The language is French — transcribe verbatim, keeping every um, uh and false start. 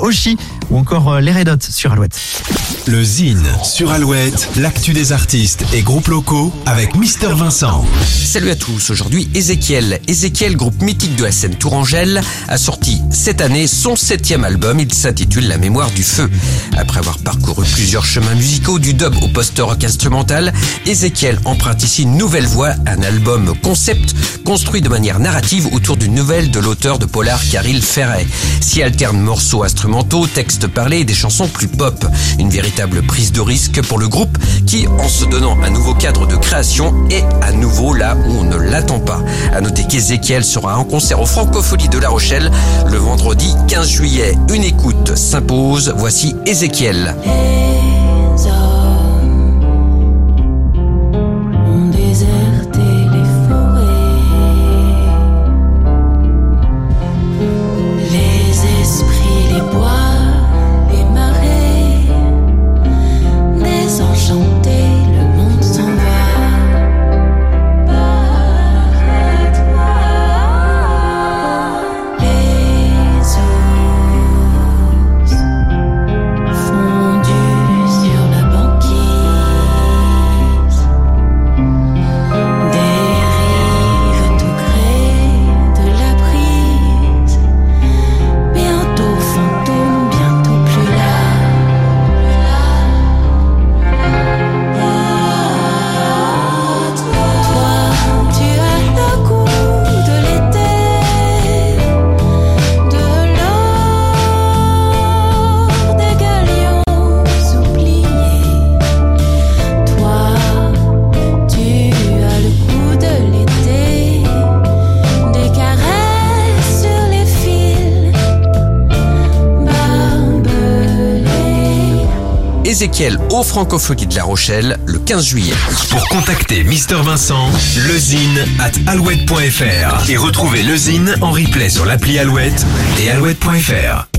Oshi ou encore les Red Hot sur Alouette. Le Zine sur Alouette, l'actu des artistes et groupes locaux avec Mister Vincent. Salut à tous, aujourd'hui Ezekiel. Ezekiel, groupe mythique de la scène tourangelle, a sorti cette année son septième album, il s'intitule La Mémoire du Feu. Après avoir parcouru plusieurs chemins musicaux du dub au post-rock instrumental, Ezekiel emprunte ici une nouvelle voie, un album concept construit de manière narrative autour d'une nouvelle de l'auteur de polar Caril Ferret. S'y alternent morceaux instrumentaux, textes parlés et des chansons plus pop. Une véritable prise de risque pour le groupe qui, en se donnant un nouveau cadre de création, est à nouveau là où on ne l'attend pas. À noter qu'Ezekiel sera en concert au Francofolie de La Rochelle le vendredi quinze juillet. Une écoute s'impose, voici Ezekiel. Les hommes ont déserté les forêts, les esprits, les bois, les marais, désenchantés, le monde s'en va. Arrête-toi, les os fondus sur la banquise, dérivent au gré de la brise, bientôt fantôme, bientôt plus là. Toi, tu as le goût de l'été, de l'or, des galions oubliés. Toi, tu as le goût de l'été, des caresses sur les fils barbelés. Ezekiel au Francofolie de La Rochelle le quinze juillet. Pour contacter Mister Vincent, lezine at alouette point fr et retrouver le Zine en replay sur l'appli Alouette et alouette point fr.